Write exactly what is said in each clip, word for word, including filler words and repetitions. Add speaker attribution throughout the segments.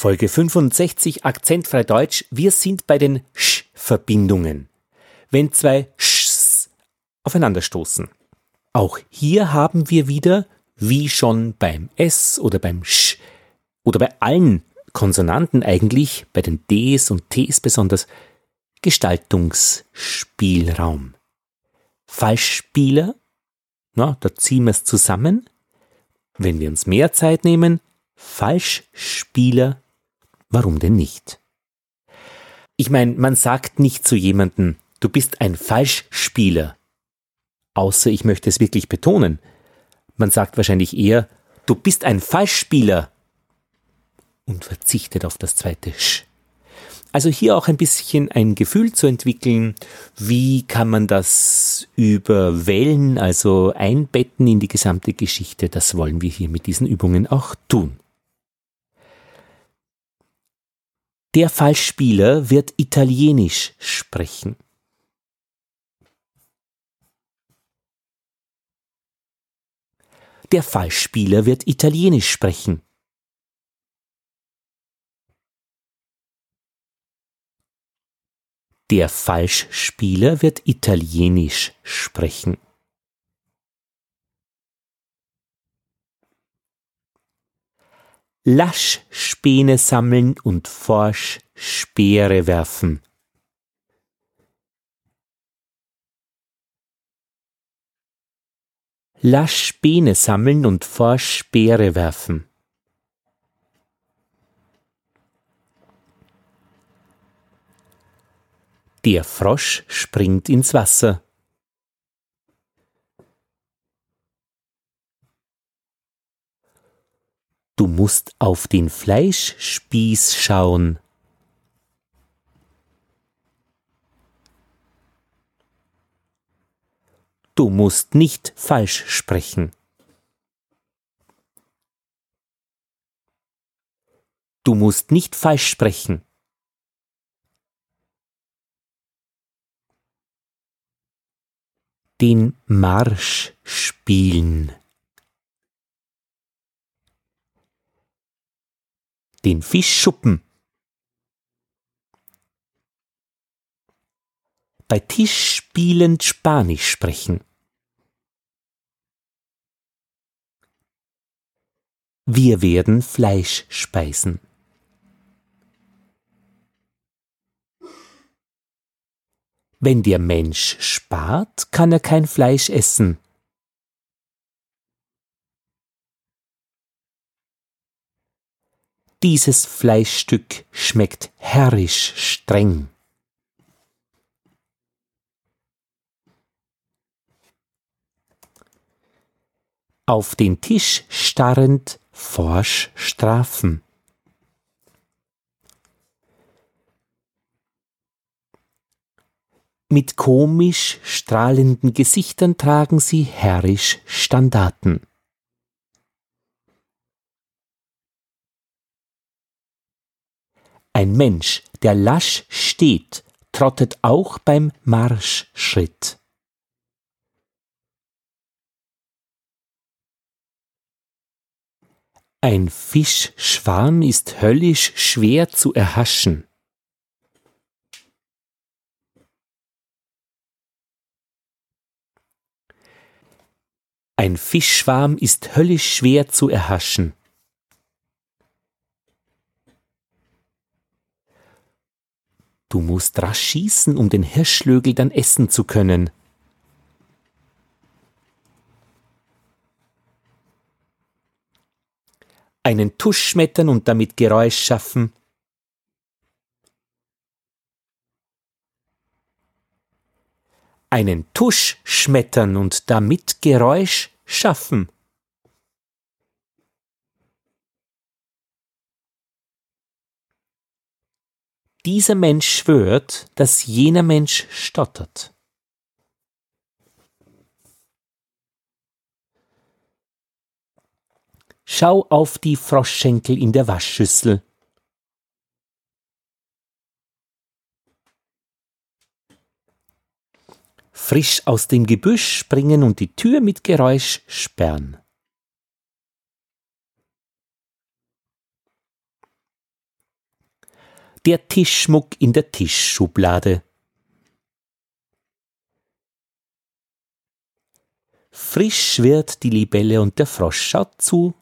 Speaker 1: Folge fünfundsechzig, akzentfrei Deutsch. Wir sind bei den Sch-Verbindungen. Wenn zwei Schs aufeinanderstoßen. Auch hier haben wir wieder, wie schon beim S oder beim Sch oder bei allen Konsonanten eigentlich, bei den Ds und Ts besonders, Gestaltungsspielraum. Falschspieler, na, da ziehen wir es zusammen. Wenn wir uns mehr Zeit nehmen, Falschspieler, warum denn nicht? Ich meine, man sagt nicht zu jemandem, du bist ein Falschspieler. Außer ich möchte es wirklich betonen. Man sagt wahrscheinlich eher, du bist ein Falschspieler und verzichtet auf das zweite Sch. Also hier auch ein bisschen ein Gefühl zu entwickeln, wie kann man das über Wellen, also einbetten in die gesamte Geschichte, das wollen wir hier mit diesen Übungen auch tun. Der Falschspieler wird Italienisch sprechen. Der Falschspieler wird Italienisch sprechen. Der Falschspieler wird Italienisch sprechen. Lasch Späne sammeln und forsch Speere werfen. Lasch Späne sammeln und forsch Speere werfen. Der Frosch springt ins Wasser. Du musst auf den Fleischspieß schauen. Du musst nicht falsch sprechen. Du musst nicht falsch sprechen. Den Marsch spielen. Den Fischschuppen. Bei Tisch spielend Spanisch sprechen. Wir werden Fleisch speisen. Wenn der Mensch spart, kann er kein Fleisch essen. Dieses Fleischstück schmeckt herrisch streng. Auf den Tisch starrend forsch strafen. Mit komisch strahlenden Gesichtern tragen sie herrisch Standarten. Ein Mensch, der lasch steht, trottet auch beim Marschschritt. Ein Fischschwarm ist höllisch schwer zu erhaschen. Ein Fischschwarm ist höllisch schwer zu erhaschen. Du musst rasch schießen, um den Hirschlögel dann essen zu können. Einen Tusch schmettern und damit Geräusch schaffen. Einen Tusch schmettern und damit Geräusch schaffen. Dieser Mensch schwört, dass jener Mensch stottert. Schau auf die Froschschenkel in der Waschschüssel. Frisch aus dem Gebüsch springen und die Tür mit Geräusch sperren. der Tischschmuck in der Tischschublade. Frisch wird die Libelle und der Frosch schaut zu.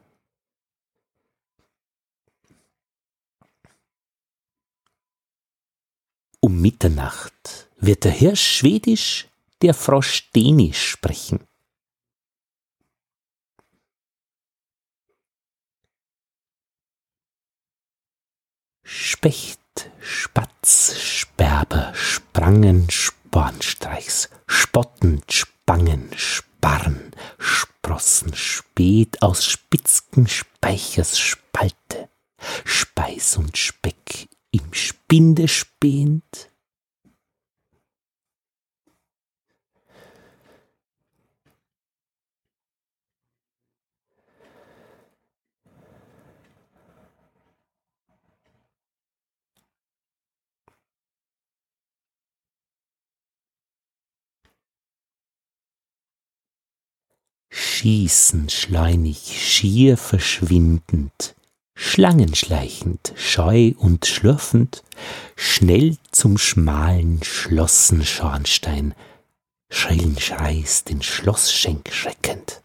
Speaker 1: Um Mitternacht wird der Hirsch Schwedisch, der Frosch Dänisch sprechen. Specht, Spatz, Sperber sprangen Spornstreichs, spottend Spangen, Sparren, Sprossen, Spät aus spitzgen Speichers Spalte, Speis und Speck im Spinde spähend. Schießen schleunig, schier verschwindend, schlangenschleichend, scheu und schlürfend, schnell zum schmalen Schlossenschornstein, schrillen Schreis den Schlossschenk schreckend.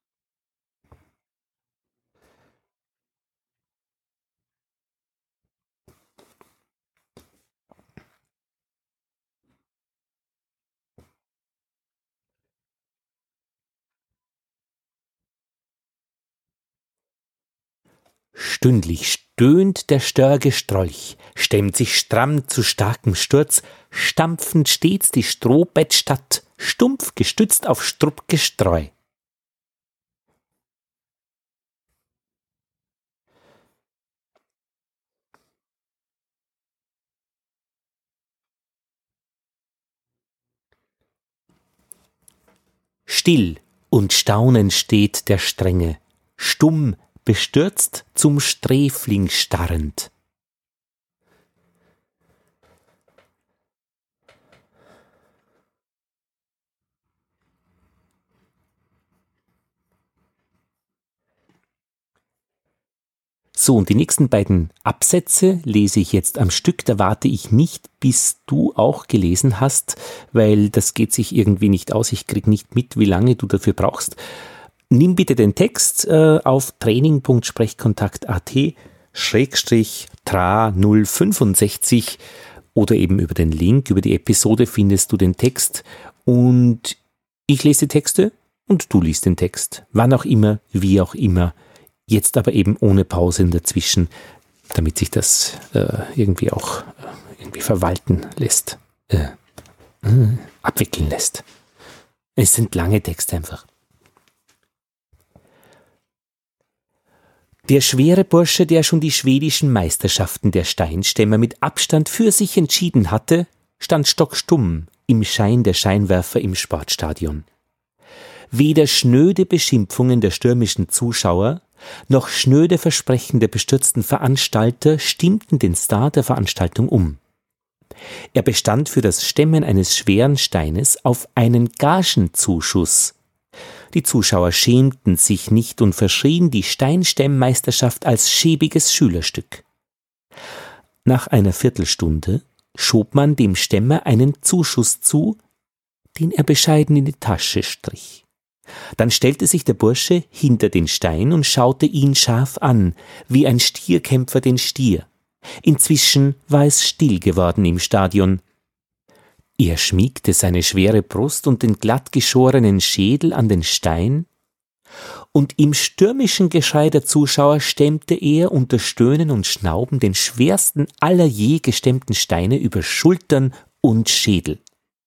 Speaker 1: Stündlich stöhnt der störge Strolch, stemmt sich stramm zu starkem Sturz, stampfend stets die Strohbettstatt, stumpf gestützt auf Struppgestreu. Still und staunend steht der Strenge, stumm, bestürzt zum Sträfling starrend. So, und die nächsten beiden Absätze lese ich jetzt am Stück. Da warte ich nicht, bis du auch gelesen hast, weil das geht sich irgendwie nicht aus. Ich kriege nicht mit, wie lange du dafür brauchst. Nimm bitte den Text äh, auf training punkt sprechkontakt punkt at schrägstrich tra null fünfundsechzig oder eben über den Link, über die Episode findest du den Text und ich lese die Texte und du liest den Text. Wann auch immer, wie auch immer. Jetzt aber eben ohne Pausen dazwischen, damit sich das äh, irgendwie auch äh, irgendwie verwalten lässt, äh, äh, abwickeln lässt. Es sind lange Texte einfach. Der schwere Bursche, der schon die schwedischen Meisterschaften der Steinstämmer mit Abstand für sich entschieden hatte, stand stockstumm im Schein der Scheinwerfer im Sportstadion. Weder schnöde Beschimpfungen der stürmischen Zuschauer noch schnöde Versprechen der bestürzten Veranstalter stimmten den Star der Veranstaltung um. Er bestand für das Stemmen eines schweren Steines auf einen Gagenzuschuss. Die Zuschauer schämten sich nicht und verschrien die Steinstemmeisterschaft als schäbiges Schülerstück. Nach einer Viertelstunde schob man dem Stemmer einen Zuschuss zu, den er bescheiden in die Tasche strich. Dann stellte sich der Bursche hinter den Stein und schaute ihn scharf an, wie ein Stierkämpfer den Stier. Inzwischen war es still geworden im Stadion. Er schmiegte seine schwere Brust und den glatt geschorenen Schädel an den Stein, und im stürmischen Geschrei der Zuschauer stemmte er unter Stöhnen und Schnauben den schwersten aller je gestemmten Steine über Schultern und Schädel.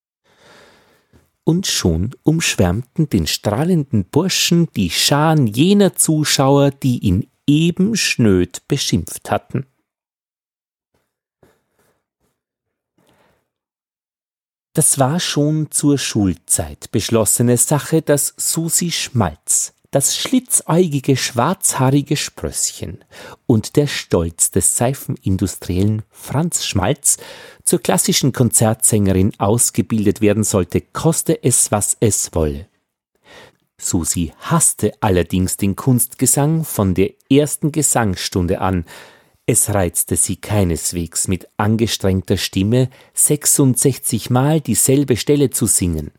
Speaker 1: Und schon umschwärmten den strahlenden Burschen die Scharen jener Zuschauer, die ihn eben schnöd beschimpft hatten. Das war schon zur Schulzeit beschlossene Sache, dass Susi Schmalz, das schlitzäugige, schwarzhaarige Sprösschen und der Stolz des Seifenindustriellen Franz Schmalz zur klassischen Konzertsängerin ausgebildet werden sollte, koste es, was es wolle. Susi hasste allerdings den Kunstgesang von der ersten Gesangsstunde an. Es reizte sie keineswegs, mit angestrengter Stimme sechsundsechzig Mal dieselbe Stelle zu singen.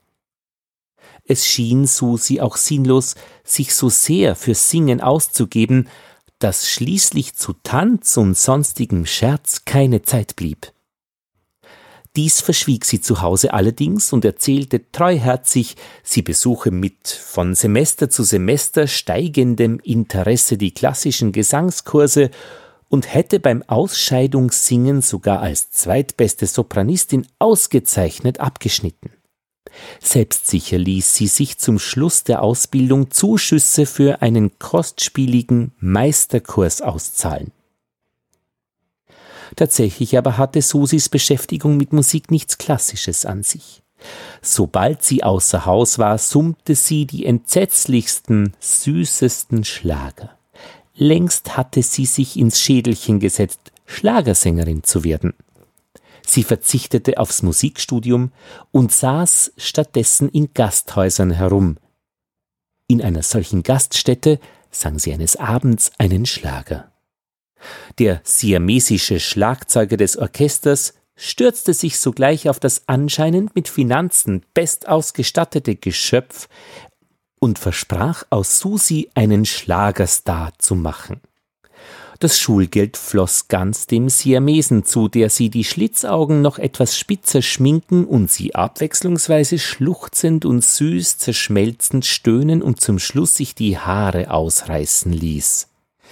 Speaker 1: Es schien Susi auch sinnlos, sich so sehr fürs Singen auszugeben, dass schließlich zu Tanz und sonstigem Scherz keine Zeit blieb. Dies verschwieg sie zu Hause allerdings und erzählte treuherzig, sie besuche mit von Semester zu Semester steigendem Interesse die klassischen Gesangskurse und hätte beim Ausscheidungssingen sogar als zweitbeste Sopranistin ausgezeichnet abgeschnitten. Selbstsicher ließ sie sich zum Schluss der Ausbildung Zuschüsse für einen kostspieligen Meisterkurs auszahlen. Tatsächlich aber hatte Susis Beschäftigung mit Musik nichts Klassisches an sich. Sobald sie außer Haus war, summte sie die entsetzlichsten, süßesten Schlager. Längst hatte sie sich ins Schädelchen gesetzt, Schlagersängerin zu werden. Sie verzichtete aufs Musikstudium und saß stattdessen in Gasthäusern herum. In einer solchen Gaststätte sang sie eines Abends einen Schlager. Der siamesische Schlagzeuger des Orchesters stürzte sich sogleich auf das anscheinend mit Finanzen bestausgestattete Geschöpf und versprach aus Susi einen Schlagerstar zu machen. Das Schulgeld floss ganz dem Siamesen zu, der sie die Schlitzaugen noch etwas spitzer schminken und sie abwechslungsweise schluchzend und süß zerschmelzend stöhnen und zum Schluss sich die Haare ausreißen ließ.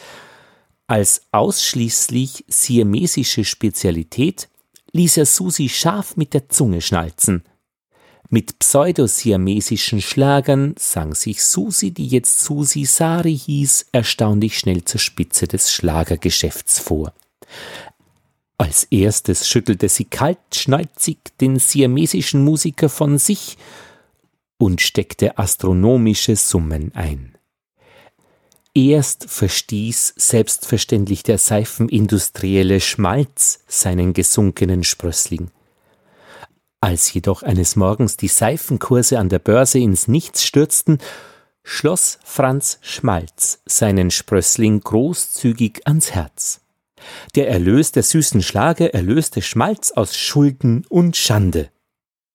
Speaker 1: Als ausschließlich siamesische Spezialität ließ er Susi scharf mit der Zunge schnalzen. Mit pseudosiamesischen Schlagern sang sich Susi, die jetzt Susi Sari hieß, erstaunlich schnell zur Spitze des Schlagergeschäfts vor. Als erstes schüttelte sie kaltschnäuzig den siamesischen Musiker von sich und steckte astronomische Summen ein. Erst verstieß selbstverständlich der Seifenindustrielle Schmalz seinen gesunkenen Sprössling. Als jedoch eines Morgens die Seifenkurse an der Börse ins Nichts stürzten, schloss Franz Schmalz seinen Sprössling großzügig ans Herz. Der Erlös der süßen Schlager erlöste Schmalz aus Schulden und Schande.